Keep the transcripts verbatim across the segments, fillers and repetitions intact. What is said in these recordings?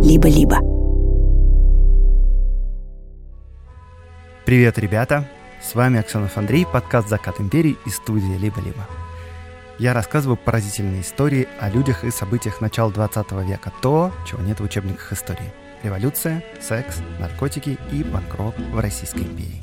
«Либо-либо». Привет, ребята! С вами Аксенов Андрей, подкаст «Закат империи» из студии «Либо-либо». Я рассказываю поразительные истории о людях и событиях начала двадцатого века. То, чего нет в учебниках истории. Революция, секс, наркотики и панк-рок в Российской империи.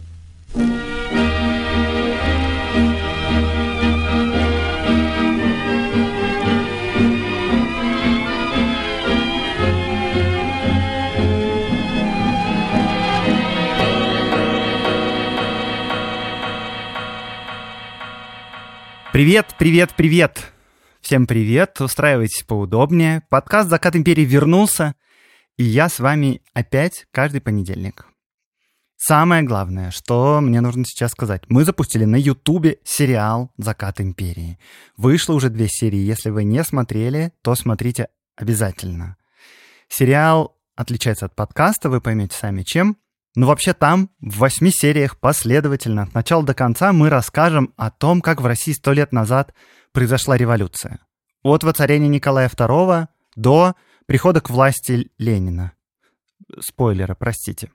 Привет, привет, привет! Всем привет, устраивайтесь поудобнее. Подкаст «Закат империи» вернулся, и я с вами опять каждый понедельник. Самое главное, что мне нужно сейчас сказать. Мы запустили на Ютубе сериал «Закат империи». Вышло уже две серии. Если вы не смотрели, то смотрите обязательно. Сериал отличается от подкаста, вы поймете сами чем. Но вообще там в восьми сериях последовательно от начала до конца мы расскажем о том, как в России сто лет назад произошла революция. От воцарения Николая второго до прихода к власти Ленина. Спойлеры, простите.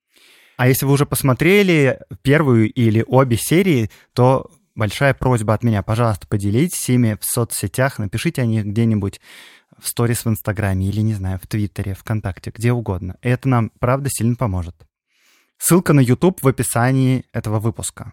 А если вы уже посмотрели первую или обе серии, то большая просьба от меня, пожалуйста, поделитесь ими в соцсетях, напишите о них где-нибудь в сторис в Инстаграме или, не знаю, в Твиттере, ВКонтакте, где угодно. Это нам, правда, сильно поможет. Ссылка на YouTube в описании этого выпуска.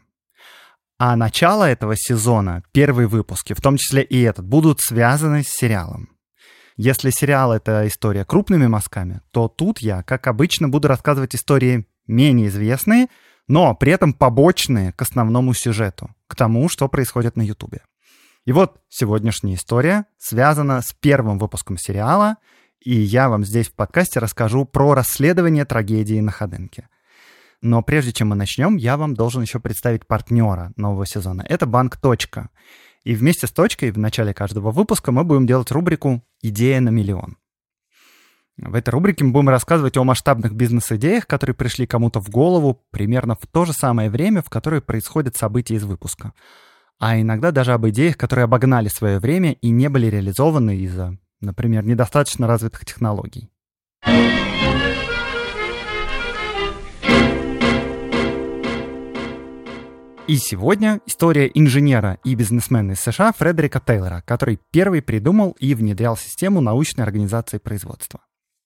А начало этого сезона, первые выпуски, в том числе и этот, будут связаны с сериалом. Если сериал — это история крупными мазками, то тут я, как обычно, буду рассказывать истории менее известные, но при этом побочные к основному сюжету, к тому, что происходит на YouTube. И вот сегодняшняя история связана с первым выпуском сериала, и я вам здесь в подкасте расскажу про расследование трагедии на Ходынке. Но прежде чем мы начнем, я вам должен еще представить партнера нового сезона. Это банк «Точка». И вместе с «Точкой» в начале каждого выпуска мы будем делать рубрику «Идея на миллион». В этой рубрике мы будем рассказывать о масштабных бизнес-идеях, которые пришли кому-то в голову примерно в то же самое время, в которое происходят события из выпуска. А иногда даже об идеях, которые обогнали свое время и не были реализованы из-за, например, недостаточно развитых технологий. И сегодня история инженера и бизнесмена из США Фредерика Тейлора, который первый придумал и внедрял систему научной организации производства.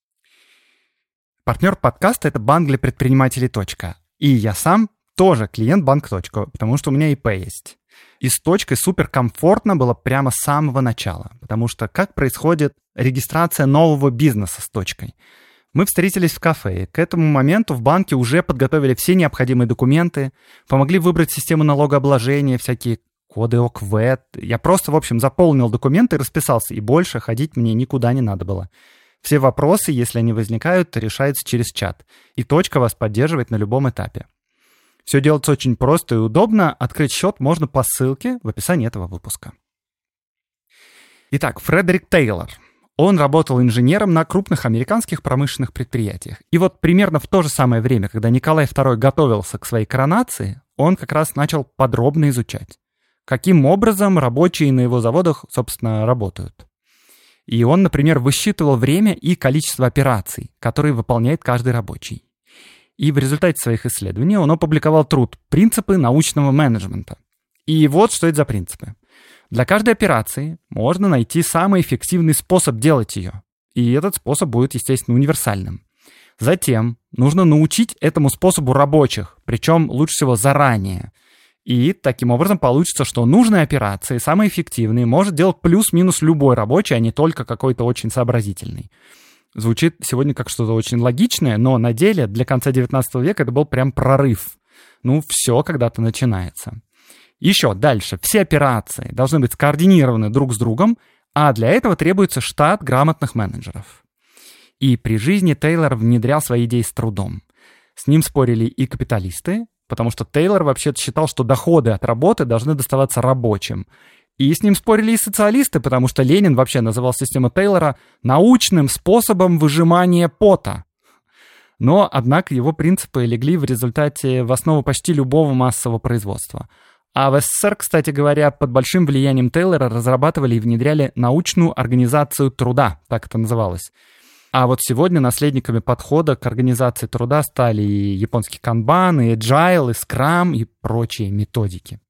Партнер подкаста — это банк для предпринимателей «Точка». И я сам тоже клиент банк «Точка», потому что у меня ИП есть. И с «Точкой» суперкомфортно было прямо с самого начала, потому что как происходит регистрация нового бизнеса с «Точкой»? Мы встретились в кафе, и к этому моменту в банке уже подготовили все необходимые документы, помогли выбрать систему налогообложения, всякие коды ОКВЭД. Я просто, в общем, заполнил документы и расписался, и больше ходить мне никуда не надо было. Все вопросы, если они возникают, решаются через чат, и «Точка» вас поддерживает на любом этапе. Все делается очень просто и удобно, открыть счет можно по ссылке в описании этого выпуска. Итак, Фредерик Тейлор. Он работал инженером на крупных американских промышленных предприятиях. И вот примерно в то же самое время, когда Николай второй готовился к своей коронации, он как раз начал подробно изучать, каким образом рабочие на его заводах, собственно, работают. И он, например, высчитывал время и количество операций, которые выполняет каждый рабочий. И в результате своих исследований он опубликовал труд «Принципы научного менеджмента». И вот что это за принципы. Для каждой операции можно найти самый эффективный способ делать ее. И этот способ будет, естественно, универсальным. Затем нужно научить этому способу рабочих, причем лучше всего заранее. И таким образом получится, что нужные операции, самые эффективные, может делать плюс-минус любой рабочий, а не только какой-то очень сообразительный. Звучит сегодня как что-то очень логичное, но на деле для конца девятнадцатого века это был прям прорыв. Ну, все когда-то начинается. Еще дальше. Все операции должны быть скоординированы друг с другом, а для этого требуется штат грамотных менеджеров. И при жизни Тейлор внедрял свои идеи с трудом. С ним спорили и капиталисты, потому что Тейлор вообще-то считал, что доходы от работы должны доставаться рабочим. И с ним спорили и социалисты, потому что Ленин вообще называл систему Тейлора научным способом выжимания пота. Но, однако, его принципы легли в результате в основу почти любого массового производства. А в СССР, кстати говоря, под большим влиянием Тейлора разрабатывали и внедряли научную организацию труда, так это называлось. А вот сегодня наследниками подхода к организации труда стали и японский канбан, и agile, и скрам, и прочие методики.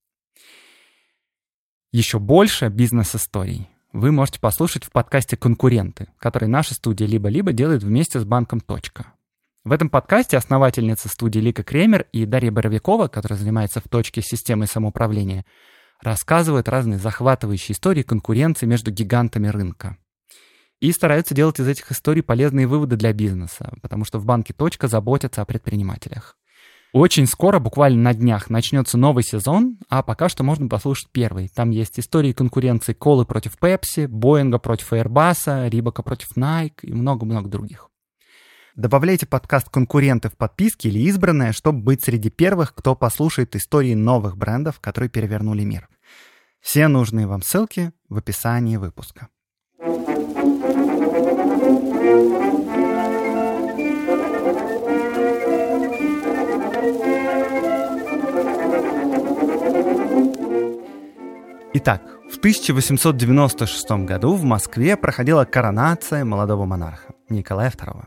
Еще больше бизнес-историй вы можете послушать в подкасте «Конкуренты», который наша студия «Либо-либо» делает вместе с банком «Точка». В этом подкасте основательница студии Лика Кремер и Дарья Боровикова, которая занимается в «Точке» системой самоуправления, рассказывают разные захватывающие истории конкуренции между гигантами рынка. И стараются делать из этих историй полезные выводы для бизнеса, потому что в банке «Точка» заботятся о предпринимателях. Очень скоро, буквально на днях, начнется новый сезон, а пока что можно послушать первый. Там есть истории конкуренции Колы против Пепси, Боинга против Airbus, Рибака против Nike и много-много других. Добавляйте подкаст «Конкуренты» в подписки или избранное, чтобы быть среди первых, кто послушает истории новых брендов, которые перевернули мир. Все нужные вам ссылки в описании выпуска. Итак, в тысяча восемьсот девяносто шестом году в Москве проходила коронация молодого монарха Николая второго.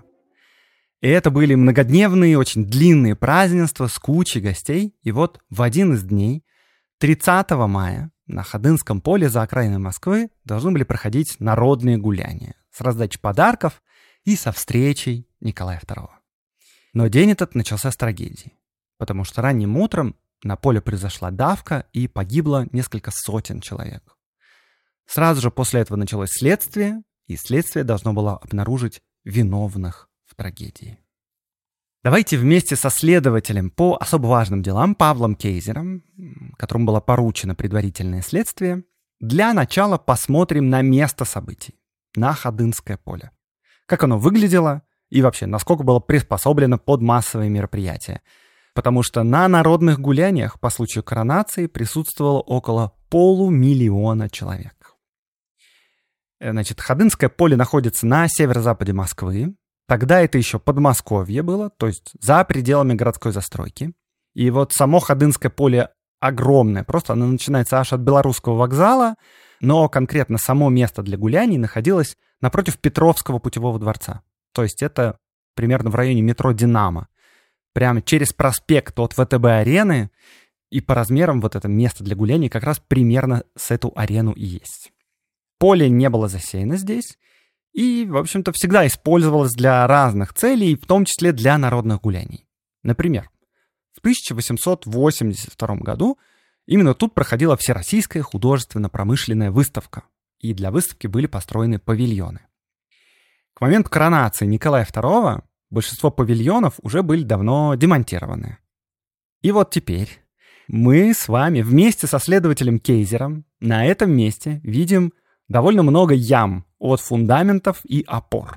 И это были многодневные, очень длинные празднества с кучей гостей. И вот в один из дней, тридцатого мая, на Ходынском поле за окраиной Москвы должны были проходить народные гуляния с раздачей подарков и со встречей Николая второго. Но день этот начался с трагедии, потому что ранним утром на поле произошла давка и погибло несколько сотен человек. Сразу же после этого началось следствие, и следствие должно было обнаружить виновных в трагедии. Давайте вместе со следователем по особо важным делам Павлом Кейзером, которому было поручено предварительное следствие, для начала посмотрим на место событий, на Ходынское поле. Как оно выглядело и вообще, насколько было приспособлено под массовые мероприятия. Потому что на народных гуляниях по случаю коронации присутствовало около полумиллиона человек. Значит, Ходынское поле находится на северо-западе Москвы. Тогда это еще Подмосковье было, то есть за пределами городской застройки. И вот само Ходынское поле огромное, просто оно начинается аж от Белорусского вокзала, но конкретно само место для гуляний находилось напротив Петровского путевого дворца. То есть это примерно в районе метро «Динамо». Прямо через проспект от ВТБ-арены, и по размерам вот это место для гуляний как раз примерно с эту арену и есть. Поле не было засеяно здесь, и, в общем-то, всегда использовалось для разных целей, в том числе для народных гуляний. Например, в тысяча восемьсот восемьдесят втором году именно тут проходила Всероссийская художественно-промышленная выставка, и для выставки были построены павильоны. К моменту коронации Николая второго большинство павильонов уже были давно демонтированы. И вот теперь мы с вами вместе со следователем Кейзером на этом месте видим довольно много ям от фундаментов и опор.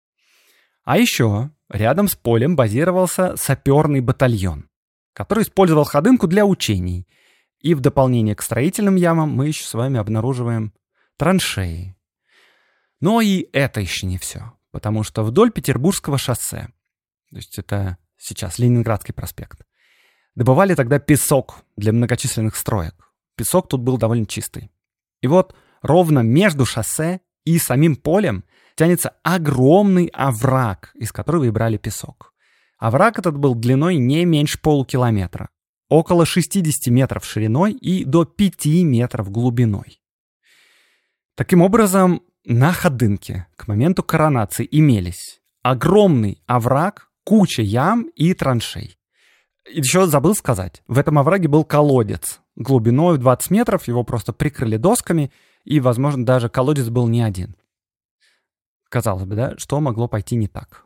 А еще рядом с полем базировался саперный батальон, который использовал Ходынку для учений. И в дополнение к строительным ямам мы еще с вами обнаруживаем траншеи. Но и это еще не все. Потому что вдоль Петербургского шоссе, то есть это сейчас Ленинградский проспект, добывали тогда песок для многочисленных строек. Песок тут был довольно чистый. И вот ровно между шоссе и самим полем тянется огромный овраг, из которого и брали песок. Овраг этот был длиной не меньше полукилометра, около шестьдесят метров шириной и до пяти метров глубиной. Таким образом, на Ходынке к моменту коронации имелись огромный овраг, куча ям и траншей. Еще забыл сказать, в этом овраге был колодец глубиной в двадцать метров, его просто прикрыли досками, и, возможно, даже колодец был не один. Казалось бы, да, что могло пойти не так?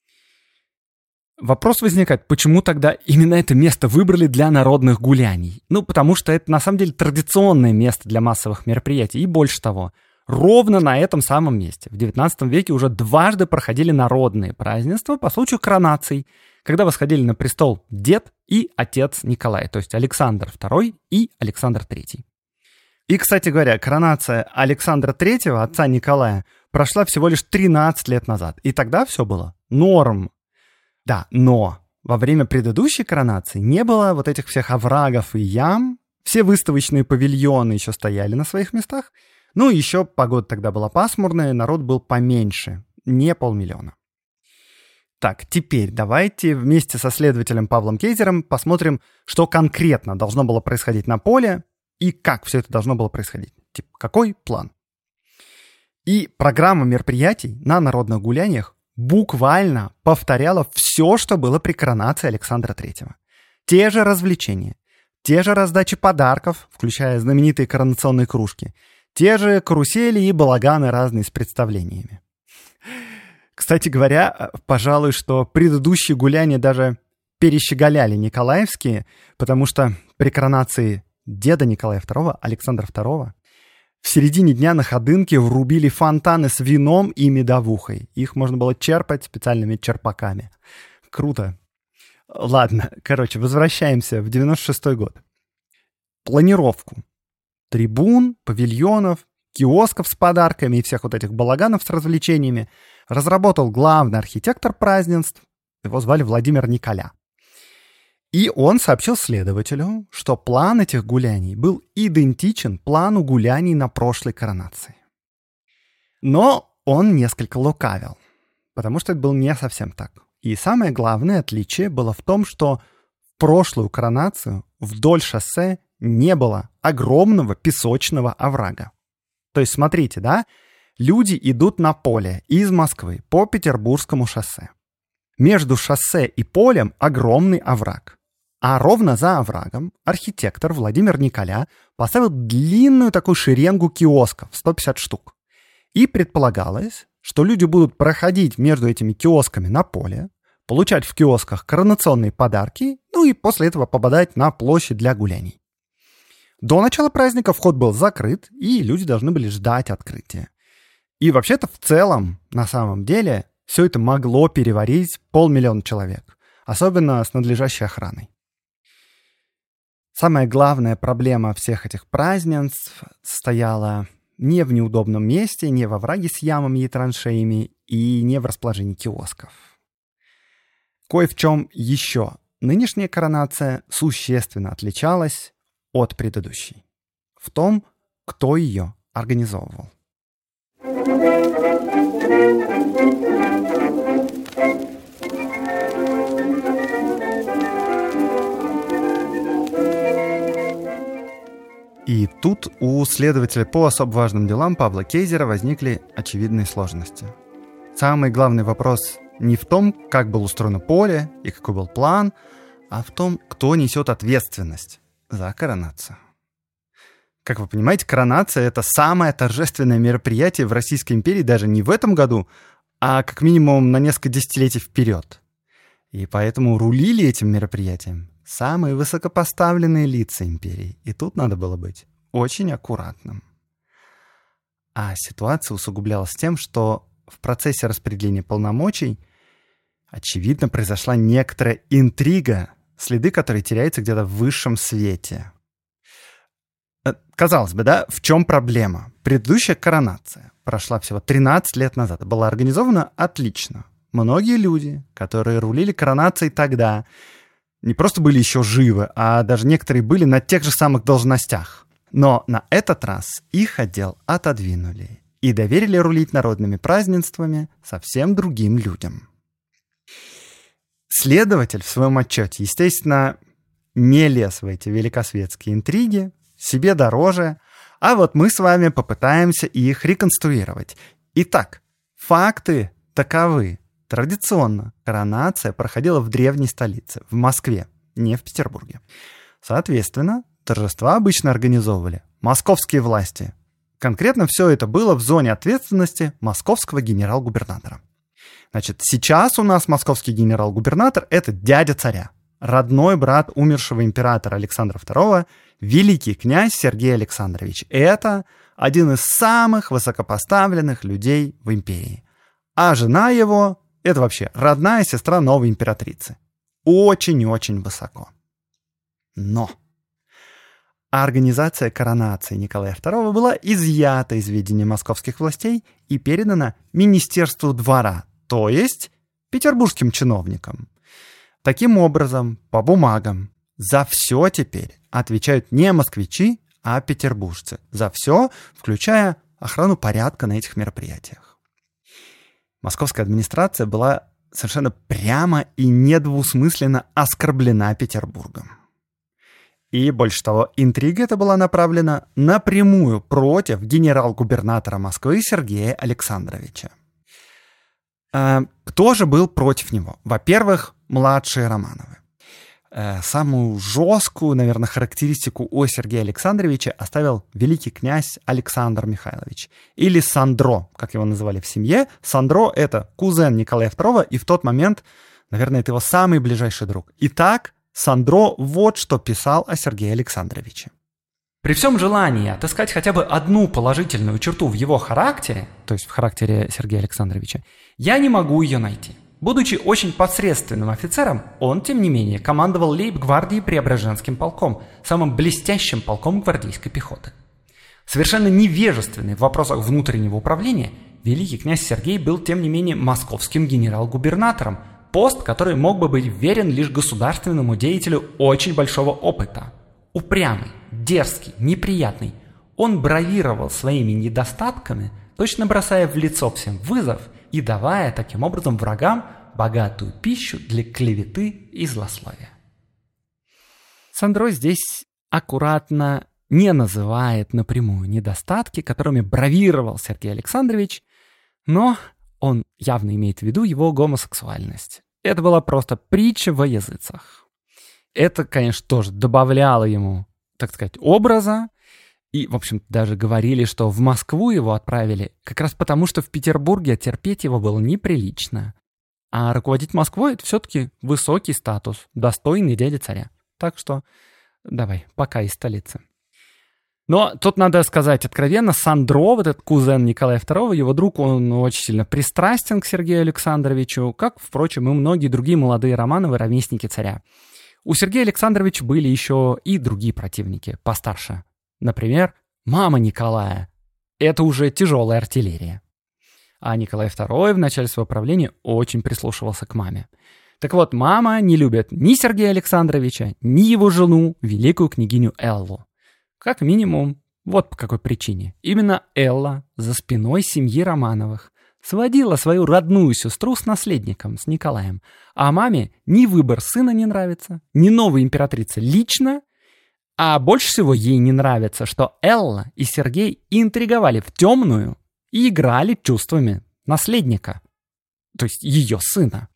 Вопрос возникает, почему тогда именно это место выбрали для народных гуляний? Ну, потому что это, на самом деле, традиционное место для массовых мероприятий, и больше того. Ровно на этом самом месте в девятнадцатом веке уже дважды проходили народные празднества по случаю коронаций, когда восходили на престол дед и отец Николая, то есть Александр второй и Александр третий. И, кстати говоря, коронация Александра третьего, отца Николая, прошла всего лишь тринадцать лет назад, и тогда все было норм. Да, но во время предыдущей коронации не было вот этих всех оврагов и ям, все выставочные павильоны еще стояли на своих местах. Ну, еще погода тогда была пасмурная, народ был поменьше, не полмиллиона. Так, теперь давайте вместе со следователем Павлом Кейзером посмотрим, что конкретно должно было происходить на поле и как все это должно было происходить. Типа, какой план? И программа мероприятий на народных гуляниях буквально повторяла все, что было при коронации Александра Третьего. Те же развлечения, те же раздачи подарков, включая знаменитые коронационные кружки, те же карусели и балаганы разные с представлениями. Кстати говоря, пожалуй, что предыдущие гуляния даже перещеголяли николаевские, потому что при коронации деда Николая Второго, Александра Второго, в середине дня на Ходынке врубили фонтаны с вином и медовухой. Их можно было черпать специальными черпаками. Круто. Ладно, короче, возвращаемся в девяносто шестой год. Планировку трибун, павильонов, киосков с подарками и всех вот этих балаганов с развлечениями разработал главный архитектор празднеств. Его звали Владимир Николя. И он сообщил следователю, что план этих гуляний был идентичен плану гуляний на прошлой коронации. Но он несколько лукавил, потому что это было не совсем так. И самое главное отличие было в том, что в прошлую коронацию вдоль шоссе не было огромного песочного оврага. То есть, смотрите, да, люди идут на поле из Москвы по Петербургскому шоссе. Между шоссе и полем огромный овраг. А ровно за оврагом архитектор Владимир Николя поставил длинную такую шеренгу киосков, сто пятьдесят штук. И предполагалось, что люди будут проходить между этими киосками на поле, получать в киосках коронационные подарки, ну и после этого попадать на площадь для гуляний. До начала праздника вход был закрыт, и люди должны были ждать открытия. И вообще-то в целом, на самом деле, все это могло переварить полмиллиона человек, особенно с надлежащей охраной. Самая главная проблема всех этих празднеств состояла не в неудобном месте, не во враге с ямами и траншеями, и не в расположении киосков. Кое в чем еще нынешняя коронация существенно отличалась от предыдущей. В том, кто ее организовывал. И тут у следователя по особо важным делам Павла Кейзера возникли очевидные сложности. Самый главный вопрос не в том, как было устроено поле и какой был план, а в том, кто несет ответственность за коронацию. Как вы понимаете, коронация — это самое торжественное мероприятие в Российской империи даже не в этом году, а как минимум на несколько десятилетий вперед. И поэтому рулили этим мероприятием самые высокопоставленные лица империи. И тут надо было быть очень аккуратным. А ситуация усугублялась тем, что в процессе распределения полномочий, очевидно, произошла некоторая интрига, следы которой теряются где-то в высшем свете. Казалось бы, да, в чем проблема? Предыдущая коронация прошла всего тринадцать лет назад. Была организована отлично. Многие люди, которые рулили коронацией тогда, не просто были еще живы, а даже некоторые были на тех же самых должностях. Но на этот раз их отдел отодвинули и доверили рулить народными празднествами совсем другим людям. Следователь в своем отчете, естественно, не лез в эти великосветские интриги, себе дороже, а вот мы с вами попытаемся их реконструировать. Итак, факты таковы. Традиционно коронация проходила в древней столице, в Москве, не в Петербурге. Соответственно, торжества обычно организовывали московские власти. Конкретно все это было в зоне ответственности московского генерал-губернатора. Значит, сейчас у нас московский генерал-губернатор — это дядя царя, родной брат умершего императора Александра Второго, великий князь Сергей Александрович. Это один из самых высокопоставленных людей в империи. А жена его — это вообще родная сестра новой императрицы. Очень-очень высоко. Но организация коронации Николая Второго была изъята из ведения московских властей и передана Министерству двора, то есть петербургским чиновникам. Таким образом, по бумагам, за все теперь отвечают не москвичи, а петербуржцы. За все, включая охрану порядка на этих мероприятиях. Московская администрация была совершенно прямо и недвусмысленно оскорблена Петербургом. И больше того, интрига эта была направлена напрямую против генерал-губернатора Москвы Сергея Александровича. Кто же был против него? Во-первых, младшие Романовы. Самую жесткую, наверное, характеристику о Сергея Александровиче оставил великий князь Александр Михайлович. Или Сандро, как его называли в семье. Сандро — это кузен Николая второго, и в тот момент, наверное, это его самый ближайший друг. Итак, Сандро вот что писал о Сергее Александровиче. При всем желании отыскать хотя бы одну положительную черту в его характере, то есть в характере Сергея Александровича, я не могу ее найти. Будучи очень посредственным офицером, он, тем не менее, командовал лейб-гвардией Преображенским полком, самым блестящим полком гвардейской пехоты. Совершенно невежественный в вопросах внутреннего управления, великий князь Сергей был, тем не менее, московским генерал-губернатором, пост, который мог бы быть верен лишь государственному деятелю очень большого опыта. Упрямый, дерзкий, неприятный, он бравировал своими недостатками, точно бросая в лицо всем вызов и давая таким образом врагам богатую пищу для клеветы и злословия. Сандро здесь аккуратно не называет напрямую недостатки, которыми бравировал Сергей Александрович, но он явно имеет в виду его гомосексуальность. Это была просто притча во языцах. Это, конечно, тоже добавляло ему, так сказать, образа. И, в общем, даже говорили, что в Москву его отправили как раз потому, что в Петербурге терпеть его было неприлично. А руководить Москвой — это все-таки высокий статус, достойный дяди царя. Так что давай, пока из столицы. Но тут надо сказать откровенно, Сандро, вот этот кузен Николая второго, его друг, он очень сильно пристрастен к Сергею Александровичу, как, впрочем, и многие другие молодые Романовы, ровесники царя. У Сергея Александровича были еще и другие противники, постарше. Например, мама Николая. Это уже тяжелая артиллерия. А Николай второй в начале своего правления очень прислушивался к маме. Так вот, мама не любит ни Сергея Александровича, ни его жену, великую княгиню Эллу. Как минимум, вот по какой причине. Именно Элла за спиной семьи Романовых сводила свою родную сестру с наследником, с Николаем. А маме ни выбор сына не нравится, ни новая императрица лично, а больше всего ей не нравится, что Элла и Сергей интриговали в темную и играли чувствами наследника, то есть ее сына.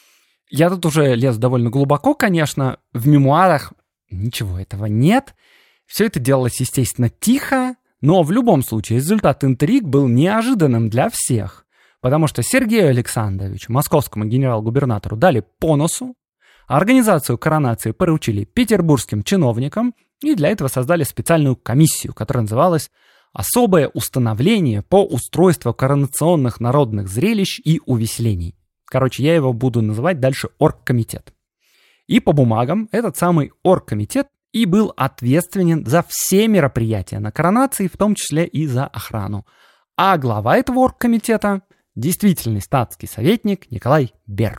Я тут уже лез довольно глубоко, конечно, в мемуарах ничего этого нет. Все это делалось, естественно, тихо, но в любом случае результат интриг был неожиданным для всех, потому что Сергею Александровичу, московскому генерал-губернатору, дали по носу, организацию коронации поручили петербургским чиновникам и для этого создали специальную комиссию, которая называлась «Особое установление по устройству коронационных народных зрелищ и увеселений». Короче, я его буду называть дальше оргкомитет. И по бумагам этот самый оргкомитет и был ответственен за все мероприятия на коронации, в том числе и за охрану. А глава этого оргкомитета – действительный статский советник Николай Бер.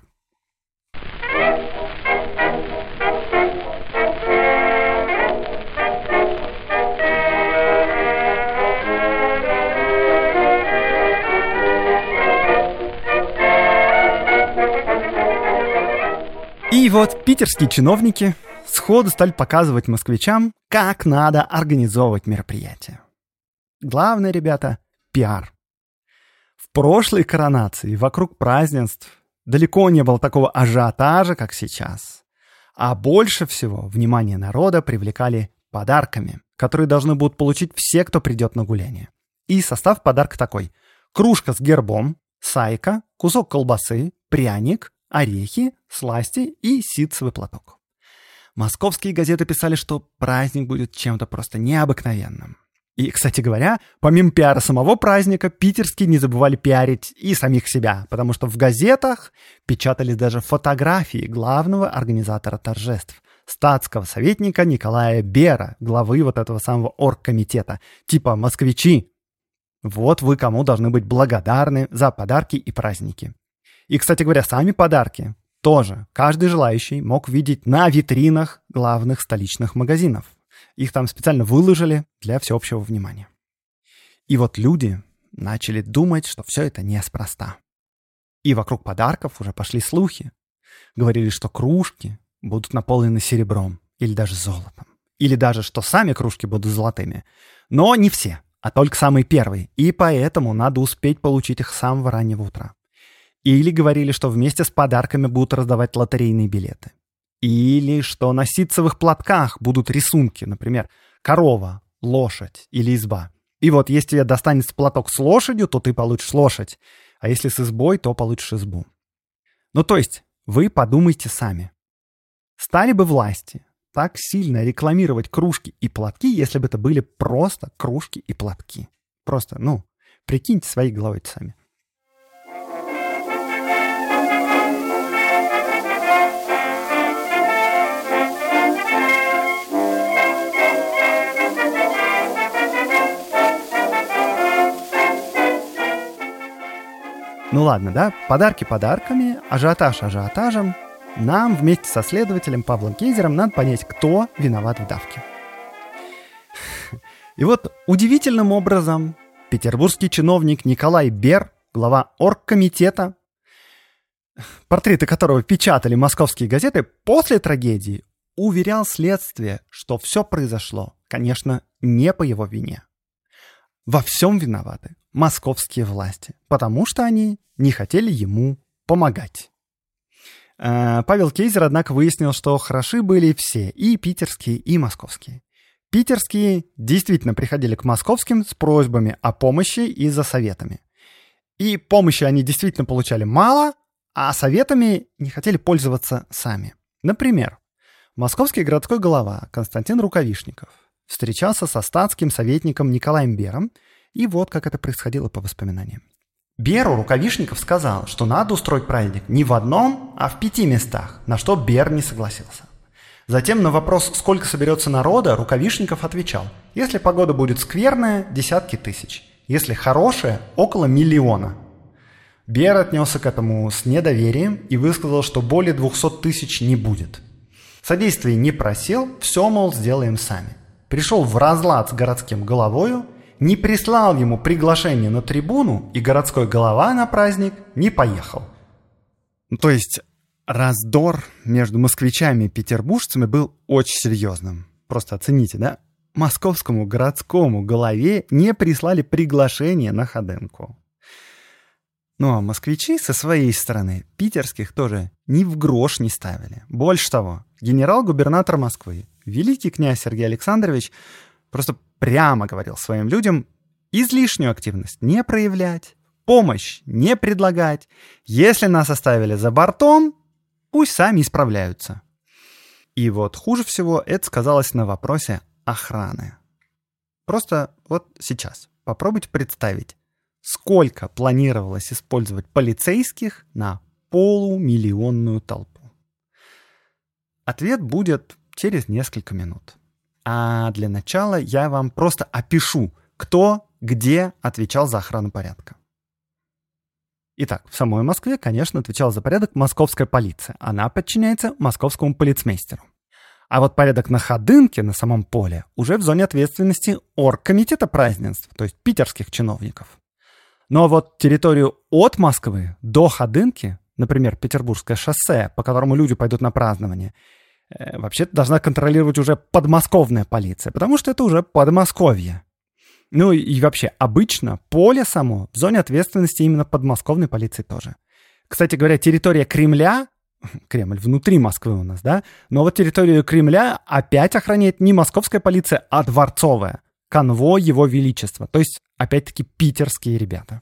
И вот питерские чиновники сходу стали показывать москвичам, как надо организовывать мероприятие. Главное, ребята, пиар. В прошлой коронации вокруг празднеств далеко не было такого ажиотажа, как сейчас. А больше всего внимание народа привлекали подарками, которые должны будут получить все, кто придет на гуляние. И состав подарка такой: кружка с гербом, сайка, кусок колбасы, пряник, орехи, сласти и ситцевый платок. Московские газеты писали, что праздник будет чем-то просто необыкновенным. И, кстати говоря, помимо пиара самого праздника, питерские не забывали пиарить и самих себя, потому что в газетах печатались даже фотографии главного организатора торжеств, статского советника Николая Бера, главы вот этого самого оргкомитета, типа «Москвичи». Вот вы кому должны быть благодарны за подарки и праздники. И, кстати говоря, сами подарки тоже каждый желающий мог видеть на витринах главных столичных магазинов. Их там специально выложили для всеобщего внимания. И вот люди начали думать, что все это неспроста. И вокруг подарков уже пошли слухи. Говорили, что кружки будут наполнены серебром или даже золотом. Или даже, что сами кружки будут золотыми. Но не все, а только самые первые. И поэтому надо успеть получить их с самого раннего утра. Или говорили, что вместе с подарками будут раздавать лотерейные билеты. Или что на ситцевых платках будут рисунки, например, корова, лошадь или изба. И вот если тебе достанется платок с лошадью, то ты получишь лошадь. А если с избой, то получишь избу. Ну то есть вы подумайте сами. Стали бы власти так сильно рекламировать кружки и платки, если бы это были просто кружки и платки? Просто, ну, прикиньте своей головой сами. Ну ладно, да, подарки подарками, ажиотаж ажиотажем. Нам вместе со следователем Павлом Кейзером надо понять, кто виноват в давке. И вот удивительным образом петербургский чиновник Николай Бер, глава оргкомитета, портреты которого печатали московские газеты, после трагедии уверял следствие, что все произошло, конечно, не по его вине. Во всем виноваты московские власти, потому что они не хотели ему помогать. Павел Кейзер, однако, выяснил, что хороши были все, и питерские, и московские. Питерские действительно приходили к московским с просьбами о помощи и за советами. И помощи они действительно получали мало, а советами не хотели пользоваться сами. Например, московский городской голова Константин Рукавишников встречался со статским советником Николаем Бером, и вот как это происходило по воспоминаниям. Беру Рукавишников сказал, что надо устроить праздник не в одном, а в пяти местах, на что Бер не согласился. Затем на вопрос, сколько соберется народа, Рукавишников отвечал: если погода будет скверная, десятки тысяч, если хорошая, около миллиона. Бер отнесся к этому с недоверием и высказал, что более двухсот тысяч не будет. Содействия не просил, все, мол, сделаем сами. Пришел в разлад с городским головою, не прислал ему приглашение на трибуну, и городской голова на праздник не поехал. То есть раздор между москвичами и петербуржцами был очень серьезным. Просто оцените, да? Московскому городскому голове не прислали приглашение на ходынку. Ну а москвичи со своей стороны питерских тоже ни в грош не ставили. Больше того, генерал-губернатор Москвы, великий князь Сергей Александрович, просто прямо говорил своим людям излишнюю активность не проявлять, помощь не предлагать. Если нас оставили за бортом, пусть сами исправляются. И вот хуже всего это сказалось на вопросе охраны. Просто вот сейчас попробуйте представить, сколько планировалось использовать полицейских на полумиллионную толпу. Ответ будет через несколько минут. А для начала я вам просто опишу, кто где отвечал за охрану порядка. Итак, в самой Москве, конечно, отвечала за порядок московская полиция. Она подчиняется московскому полицмейстеру. А вот порядок на ходынке, на самом поле, уже в зоне ответственности оргкомитета празднеств, то есть питерских чиновников. Но вот территорию от Москвы до ходынки, например, Петербургское шоссе, по которому люди пойдут на празднование, э, вообще-то должна контролировать уже подмосковная полиция, потому что это уже Подмосковье. Ну и вообще, обычно поле само в зоне ответственности именно подмосковной полиции тоже. Кстати говоря, территория Кремля, Кремль внутри Москвы у нас, да, но вот территорию Кремля опять охраняет не московская полиция, а дворцовая, конвой Его Величества, то есть опять-таки питерские ребята.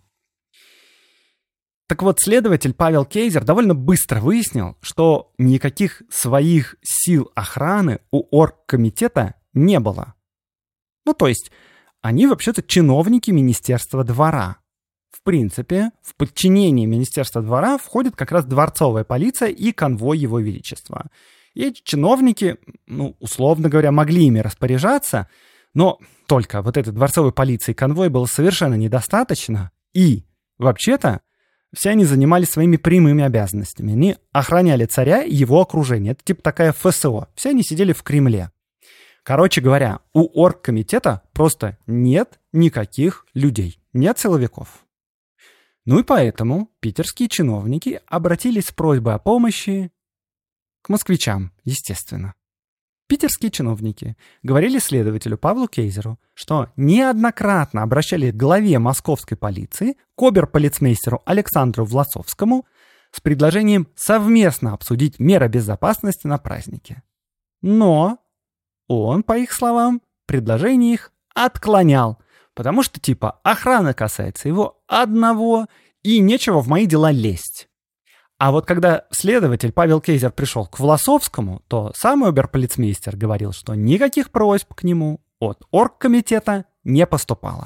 Так вот, следователь Павел Кейзер довольно быстро выяснил, что никаких своих сил охраны у оргкомитета не было. Ну, то есть они вообще-то чиновники Министерства двора. В принципе, в подчинение Министерства двора входит как раз дворцовая полиция и конвой Его Величества. И эти чиновники, ну, условно говоря, могли ими распоряжаться, но только вот этой дворцовой полиции и конвой было совершенно недостаточно. И, вообще-то, все они занимались своими прямыми обязанностями. Они охраняли царя и его окружение. Это типа такая эф эс о. Все они сидели в Кремле. Короче говоря, у оргкомитета просто нет никаких людей. Нет силовиков. Ну и поэтому питерские чиновники обратились с просьбой о помощи к москвичам, естественно. Питерские чиновники говорили следователю Павлу Кейзеру, что неоднократно обращали к главе московской полиции, к оберполицмейстеру Александру Власовскому, с предложением совместно обсудить меры безопасности на празднике. Но он, по их словам, предложение их отклонял, потому что типа охрана касается его одного и нечего в мои дела лезть. А вот когда следователь Павел Кейзер пришел к Власовскому, то сам оберполицмейстер говорил, что никаких просьб к нему от оргкомитета не поступало.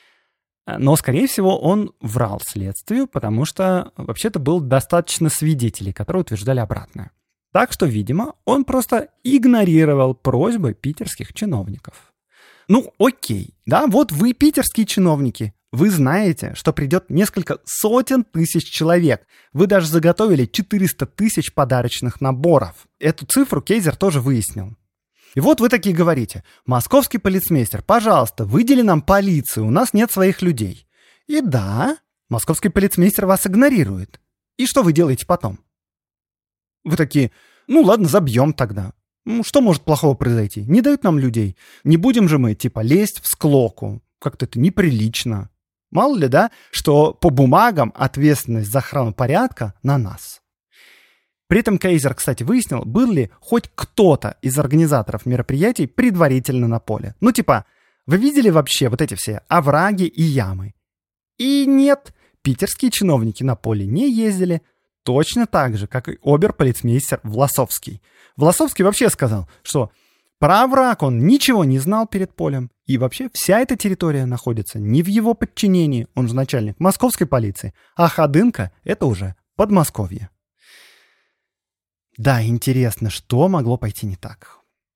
Но, скорее всего, он врал следствию, потому что вообще-то было достаточно свидетелей, которые утверждали обратное. Так что, видимо, он просто игнорировал просьбы питерских чиновников. Ну, окей, да, вот вы питерские чиновники. Вы знаете, что придет несколько сотен тысяч человек. Вы даже заготовили четыреста тысяч подарочных наборов. Эту цифру Кейзер тоже выяснил. И вот вы такие говорите: московский полицмейстер, пожалуйста, выдели нам полицию, у нас нет своих людей. И да, московский полицмейстер вас игнорирует. И что вы делаете потом? Вы такие: ну ладно, забьем тогда. Ну, что может плохого произойти? Не дают нам людей. Не будем же мы, типа, лезть в склоку. Как-то это неприлично. Мало ли, да, что по бумагам ответственность за охрану порядка на нас. При этом Кейзер, кстати, выяснил, был ли хоть кто-то из организаторов мероприятий предварительно на поле. Ну, типа, вы видели вообще вот эти все овраги и ямы? И нет, питерские чиновники на поле не ездили, точно так же, как и оберполицмейстер Власовский. Власовский вообще сказал, что про овраг он ничего не знал перед полем, и вообще вся эта территория находится не в его подчинении, он же начальник московской полиции, а Ходынка — это уже Подмосковье. Да, интересно, что могло пойти не так?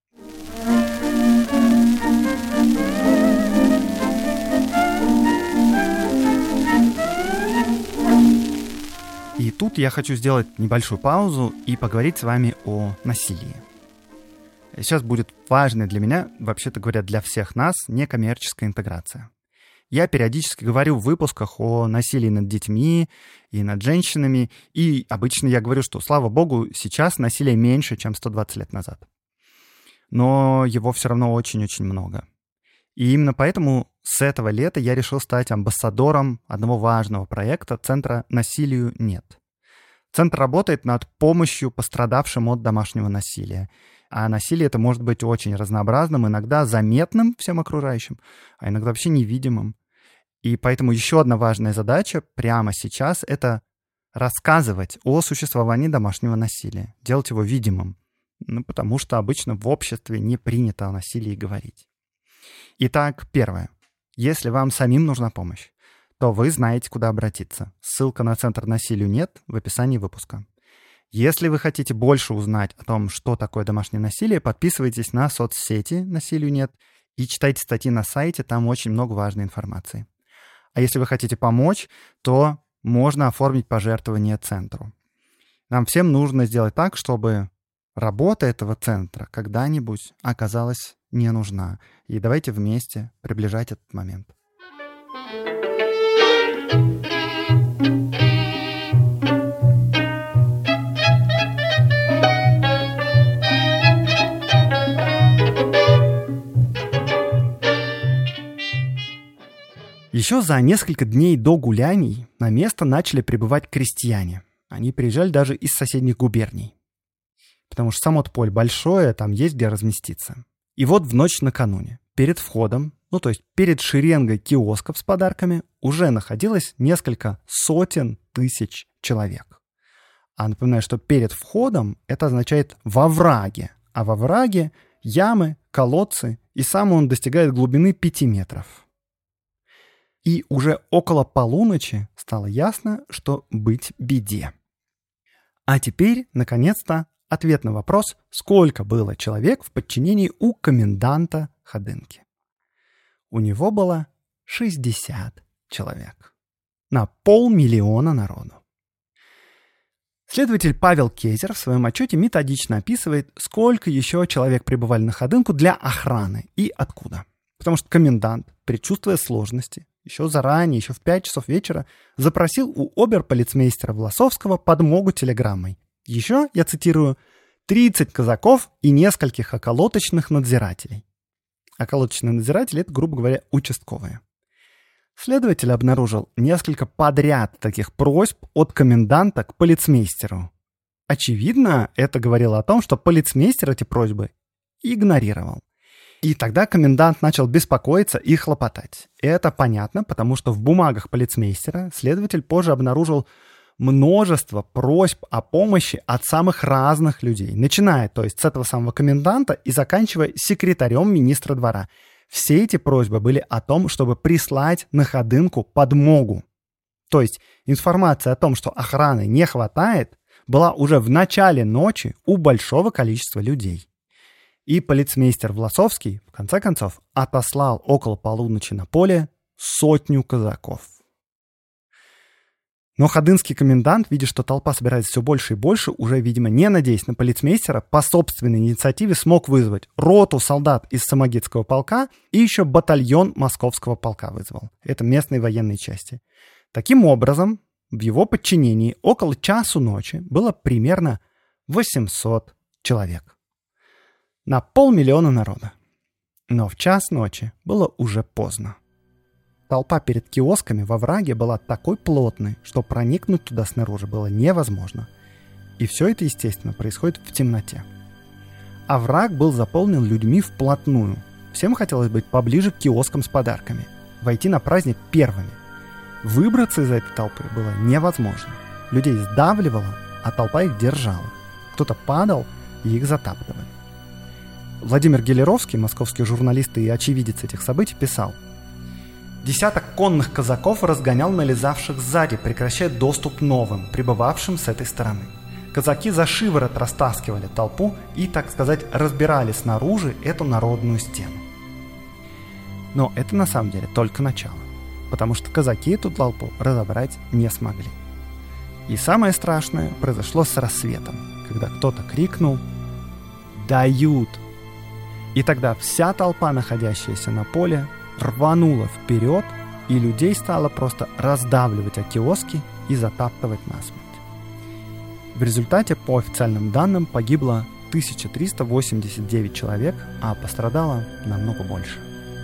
И тут я хочу сделать небольшую паузу и поговорить с вами о насилии. Сейчас будет важная для меня, вообще-то говоря, для всех нас, некоммерческая интеграция. Я периодически говорю в выпусках о насилии над детьми и над женщинами, и обычно я говорю, что, слава богу, сейчас насилия меньше, чем сто двадцать лет назад. Но его все равно очень-очень много. И именно поэтому с этого лета я решил стать амбассадором одного важного проекта Центра «Насилию нет». Центр работает над помощью пострадавшим от домашнего насилия. А насилие это может быть очень разнообразным, иногда заметным всем окружающим, а иногда вообще невидимым. И поэтому еще одна важная задача прямо сейчас — это рассказывать о существовании домашнего насилия, делать его видимым. Ну, потому что обычно в обществе не принято о насилии говорить. Итак, первое. Если вам самим нужна помощь, то вы знаете, куда обратиться. Ссылка на Центр «Насилию нет» в описании выпуска. Если вы хотите больше узнать о том, что такое домашнее насилие, подписывайтесь на соцсети «Насилию нет» и читайте статьи на сайте, там очень много важной информации. А если вы хотите помочь, то можно оформить пожертвование центру. Нам всем нужно сделать так, чтобы работа этого центра когда-нибудь оказалась не нужна. И давайте вместе приближать этот момент. Еще за несколько дней до гуляний на место начали прибывать крестьяне. Они приезжали даже из соседних губерний. Потому что само поле большое, там есть где разместиться. И вот в ночь накануне, перед входом, ну то есть перед шеренгой киосков с подарками, уже находилось несколько сотен тысяч человек. А напоминаю, что перед входом это означает во овраге. А во овраге ямы, колодцы, и сам он достигает глубины пяти метров. И уже около полуночи стало ясно, что быть беде. А теперь, наконец-то, ответ на вопрос, сколько было человек в подчинении у коменданта Ходынки. У него было шестьдесят человек. На полмиллиона народу. Следователь Павел Кейзер в своем отчете методично описывает, сколько еще человек прибывали на Ходынку для охраны и откуда. Потому что комендант, предчувствуя сложности, еще заранее, еще в пять часов вечера, запросил у оберполицмейстера Власовского подмогу телеграммой. Еще, я цитирую, тридцать казаков и нескольких околоточных надзирателей. Околоточные надзиратели — это, грубо говоря, участковые. Следователь обнаружил несколько подряд таких просьб от коменданта к полицмейстеру. Очевидно, это говорило о том, что полицмейстер эти просьбы игнорировал. И тогда комендант начал беспокоиться и хлопотать. Это понятно, потому что в бумагах полицмейстера следователь позже обнаружил множество просьб о помощи от самых разных людей, начиная, то есть, с этого самого коменданта и заканчивая секретарем министра двора. Все эти просьбы были о том, чтобы прислать на Ходынку подмогу. То есть информация о том, что охраны не хватает, была уже в начале ночи у большого количества людей. И полицмейстер Власовский, в конце концов, отослал около полуночи на поле сотню казаков. Но ходынский комендант, видя, что толпа собирается все больше и больше, уже, видимо, не надеясь на полицмейстера, по собственной инициативе смог вызвать роту солдат из Самогитского полка и еще батальон Московского полка вызвал. Это местные военные части. Таким образом, в его подчинении около часу ночи было примерно восемьсот человек. На полмиллиона народа. Но в час ночи было уже поздно. Толпа перед киосками во враге была такой плотной, что проникнуть туда снаружи было невозможно. И все это, естественно, происходит в темноте. А враг был заполнен людьми вплотную. Всем хотелось быть поближе к киоскам с подарками. Войти на праздник первыми. Выбраться из этой толпы было невозможно. Людей сдавливало, а толпа их держала. Кто-то падал, и их затаптывали. Владимир Гелеровский, московский журналист и очевидец этих событий, писал: «Десяток конных казаков разгонял налезавших сзади, прекращая доступ новым, прибывавшим с этой стороны. Казаки за шиворот растаскивали толпу и, так сказать, разбирали снаружи эту народную стену». Но это на самом деле только начало, потому что казаки эту толпу разобрать не смогли. И самое страшное произошло с рассветом, когда кто-то крикнул «Дают!». И тогда вся толпа, находящаяся на поле, рванула вперед, и людей стало просто раздавливать о киоски и затаптывать насмерть. В результате, по официальным данным, погибло тысяча триста восемьдесят девять человек, а пострадало намного больше.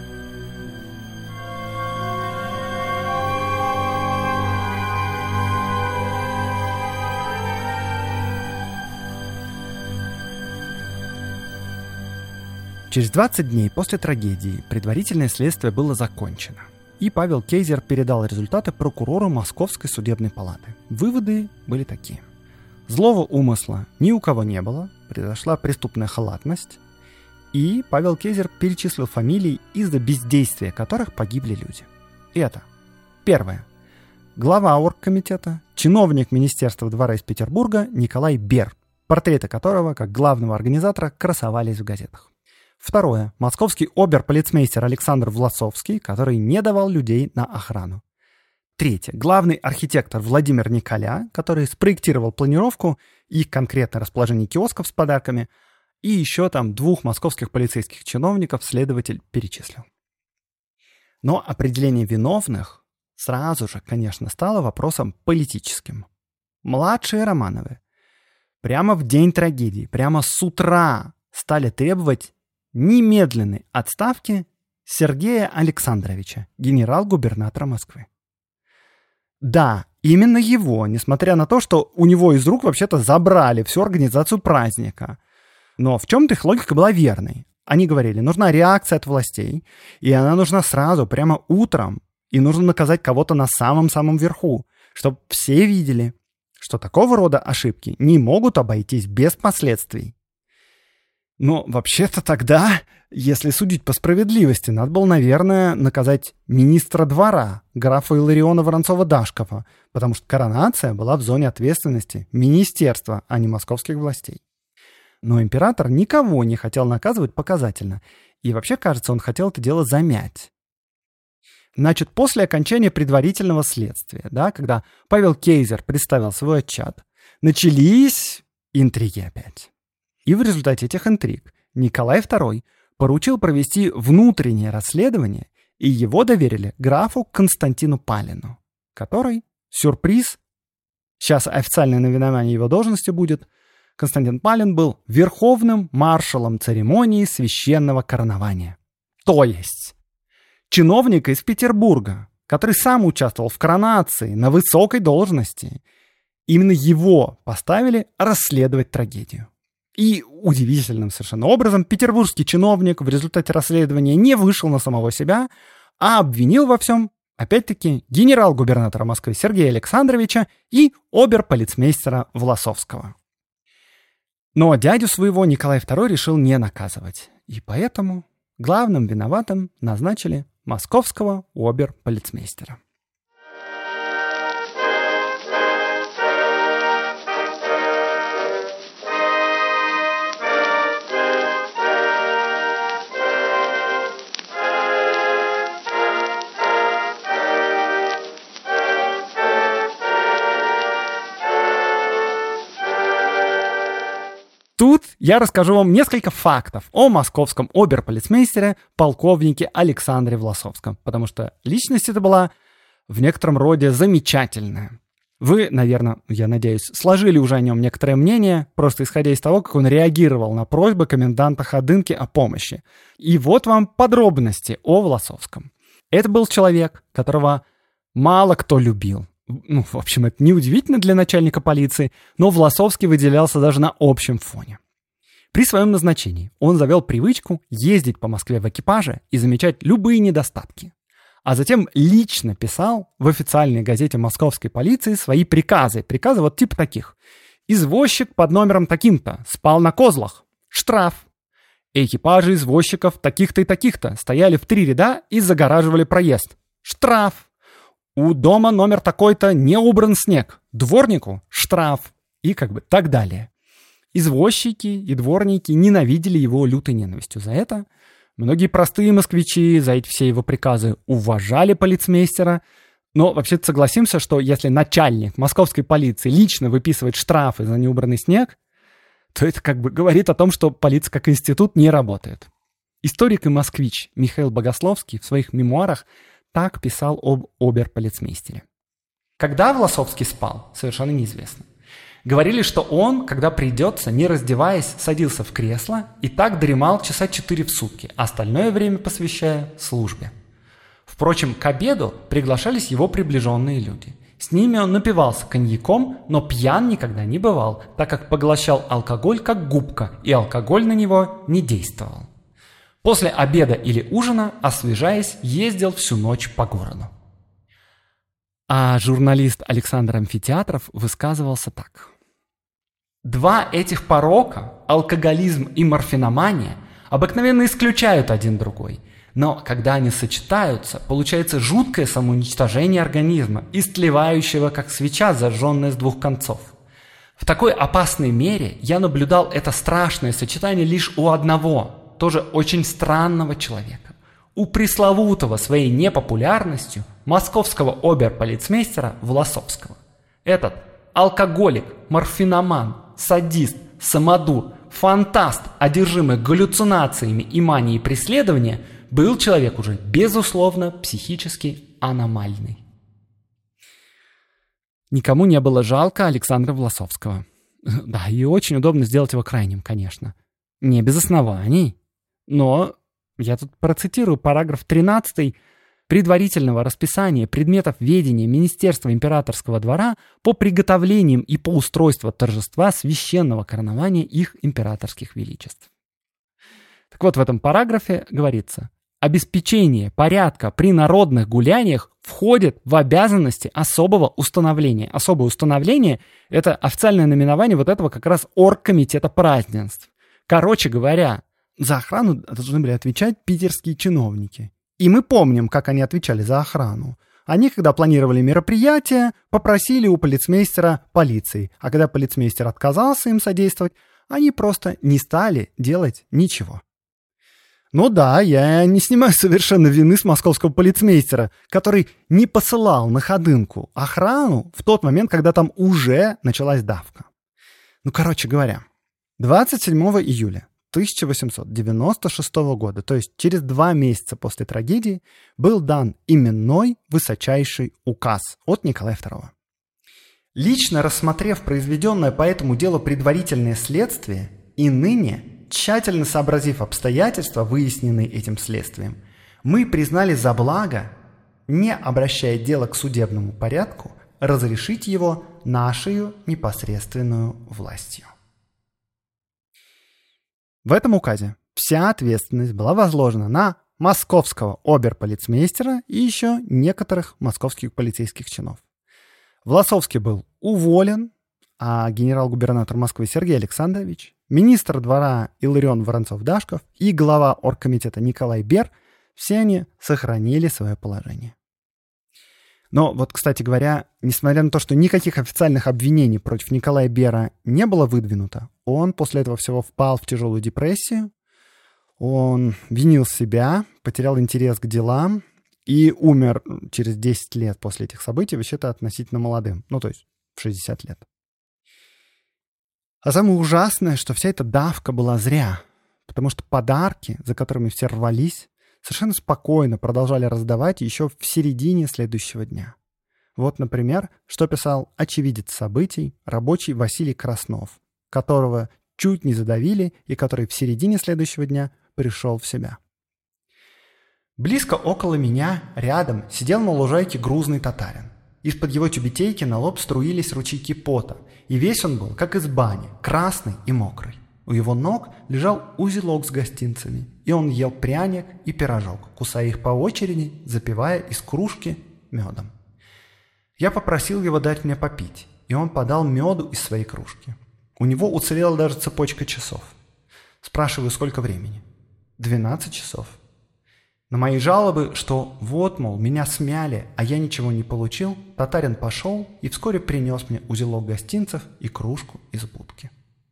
Через двадцать дней после трагедии предварительное следствие было закончено, и Павел Кейзер передал результаты прокурору Московской судебной палаты. Выводы были такие. Злого умысла ни у кого не было, произошла преступная халатность, и Павел Кейзер перечислил фамилии, из-за бездействия которых погибли люди. Это: первое. Глава оргкомитета, чиновник Министерства двора из Петербурга Николай Бер, портреты которого, как главного организатора, красовались в газетах. Второе. Московский оберполицмейстер Александр Власовский, который не давал людей на охрану. Третье. Главный архитектор Владимир Николя, который спроектировал планировку и конкретное расположение киосков с подарками. И еще там двух московских полицейских чиновников следователь перечислил. Но определение виновных сразу же, конечно, стало вопросом политическим. Младшие Романовы прямо в день трагедии, прямо с утра стали требовать немедленной отставки Сергея Александровича, генерал-губернатора Москвы. Да, именно его, несмотря на то, что у него из рук вообще-то забрали всю организацию праздника. Но в чем-то их логика была верной. Они говорили, нужна реакция от властей, и она нужна сразу, прямо утром, и нужно наказать кого-то на самом-самом верху, чтобы все видели, что такого рода ошибки не могут обойтись без последствий. Но вообще-то тогда, если судить по справедливости, надо было, наверное, наказать министра двора, графа Иллариона Воронцова-Дашкова, потому что коронация была в зоне ответственности министерства, а не московских властей. Но император никого не хотел наказывать показательно, и вообще, кажется, он хотел это дело замять. Значит, после окончания предварительного следствия, да, когда Павел Кейзер представил свой отчет, начались интриги опять. И в результате этих интриг Николай второй поручил провести внутреннее расследование и его доверили графу Константину Палину, который, сюрприз, сейчас официальное наименование его должности будет, Константин Палин был верховным маршалом церемонии священного коронования. То есть чиновник из Петербурга, который сам участвовал в коронации на высокой должности, именно его поставили расследовать трагедию. И удивительным совершенно образом петербургский чиновник в результате расследования не вышел на самого себя, а обвинил во всем, опять-таки, генерал-губернатора Москвы Сергея Александровича и обер-полицмейстера Власовского. Но дядю своего Николай второй решил не наказывать, и поэтому главным виноватым назначили московского обер-полицмейстера. Тут я расскажу вам несколько фактов о московском обер-полицмейстере полковнике Александре Власовском, потому что личность эта была в некотором роде замечательная. Вы, наверное, я надеюсь, сложили уже о нем некоторое мнение, просто исходя из того, как он реагировал на просьбы коменданта Ходынки о помощи. И вот вам подробности о Власовском. Это был человек, которого мало кто любил. Ну, в общем, это неудивительно для начальника полиции, но Власовский выделялся даже на общем фоне. При своем назначении он завел привычку ездить по Москве в экипаже и замечать любые недостатки, а затем лично писал в официальной газете московской полиции свои приказы. Приказы вот типа таких. Извозчик под номером таким-то спал на козлах. Штраф. Экипажи извозчиков таких-то и таких-то стояли в три ряда и загораживали проезд. Штраф. У дома номер такой-то не убран снег. Дворнику штраф. И как бы так далее. Извозчики и дворники ненавидели его лютой ненавистью. За это многие простые москвичи, за эти все его приказы, уважали полицмейстера. Но вообще-то согласимся, что если начальник московской полиции лично выписывает штрафы за неубранный снег, то это как бы говорит о том, что полиция как институт не работает. Историк и москвич Михаил Богословский в своих мемуарах так писал об обер-полицмейстере. Когда Власовский спал, совершенно неизвестно. Говорили, что он, когда придется, не раздеваясь, садился в кресло и так дремал часа четыре в сутки, остальное время посвящая службе. Впрочем, к обеду приглашались его приближенные люди. С ними он напивался коньяком, но пьян никогда не бывал, так как поглощал алкоголь как губка, и алкоголь на него не действовал. После обеда или ужина, освежаясь, ездил всю ночь по городу. А журналист Александр Амфитеатров высказывался так. Два этих порока, алкоголизм и морфиномания, обыкновенно исключают один другой. Но когда они сочетаются, получается жуткое самоуничтожение организма, истлевающего, как свеча, зажженная с двух концов. В такой опасной мере я наблюдал это страшное сочетание лишь у одного, тоже очень странного человека. У пресловутого своей непопулярностью московского обер-полицмейстера Власовского. Этот алкоголик, морфиноман, садист, самодур, фантаст, одержимый галлюцинациями и манией преследования, был человек уже, безусловно, психически аномальный. Никому не было жалко Александра Власовского. Да, и очень удобно сделать его крайним, конечно. Не без оснований. Но я тут процитирую параграф тринадцатый предварительного расписания предметов ведения Министерства императорского двора по приготовлениям и по устройству торжества священного коронования их императорских величеств. Так вот, в этом параграфе говорится: обеспечение порядка при народных гуляниях входит в обязанности особого установления. Особое установление – это официальное наименование вот этого как раз оргкомитета празднеств. Короче говоря, за охрану должны были отвечать питерские чиновники. И мы помним, как они отвечали за охрану. Они, когда планировали мероприятия, попросили у полицмейстера полиции. А когда полицмейстер отказался им содействовать, они просто не стали делать ничего. Ну да, я не снимаю совершенно вины с московского полицмейстера, который не посылал на Ходынку охрану в тот момент, когда там уже началась давка. Ну, короче говоря, двадцать седьмого июля тысяча восемьсот девяносто шестого года, то есть через два месяца после трагедии, был дан именной высочайший указ от Николая второго. Лично рассмотрев произведенное по этому делу предварительное следствие и ныне, тщательно сообразив обстоятельства, выясненные этим следствием, мы признали за благо, не обращая дело к судебному порядку, разрешить его нашей непосредственную властью. В этом указе вся ответственность была возложена на московского оберполицмейстера и еще некоторых московских полицейских чинов. Власовский был уволен, а генерал-губернатор Москвы Сергей Александрович, министр двора Илларион Воронцов-Дашков и глава оргкомитета Николай Бер все они сохранили свое положение. Но вот, кстати говоря, несмотря на то, что никаких официальных обвинений против Николая Бера не было выдвинуто, он после этого всего впал в тяжелую депрессию, он винил себя, потерял интерес к делам и умер через десять лет после этих событий, вообще-то относительно молодым, ну то есть в шестьдесят лет. А самое ужасное, что вся эта давка была зря, потому что подарки, за которыми все рвались, совершенно спокойно продолжали раздавать еще в середине следующего дня. Вот, например, что писал очевидец событий, рабочий Василий Краснов, которого чуть не задавили и который в середине следующего дня пришел в себя. Близко около меня, рядом, сидел на лужайке грузный татарин. Из-под его тюбетейки на лоб струились ручейки пота, и весь он был, как из бани, красный и мокрый. У его ног лежал узелок с гостинцами, и он ел пряник и пирожок, кусая их по очереди, запивая из кружки медом. Я попросил его дать мне попить, и он подал меду из своей кружки. У него уцелела даже цепочка часов. Спрашиваю, сколько времени? Двенадцать часов. На мои жалобы, что вот, мол, меня смяли, а я ничего не получил, татарин пошел и вскоре принес мне узелок гостинцев и кружку из будки.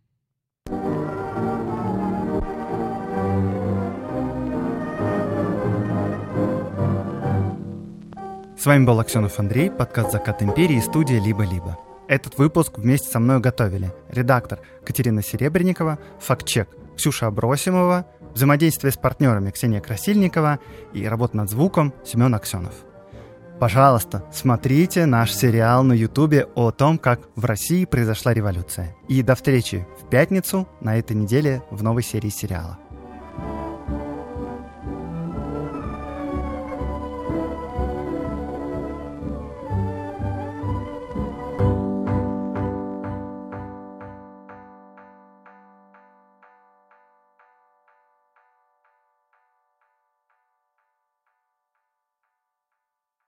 С вами был Аксенов Андрей, подкаст «Закат империи» и студия «Либо-либо». Этот выпуск вместе со мной готовили редактор Катерина Серебренникова, фактчек Ксюша Абросимова, взаимодействие с партнерами Ксения Красильникова и работа над звуком Семен Аксенов. Пожалуйста, смотрите наш сериал на Ютубе о том, как в России произошла революция. И до встречи в пятницу на этой неделе в новой серии сериала.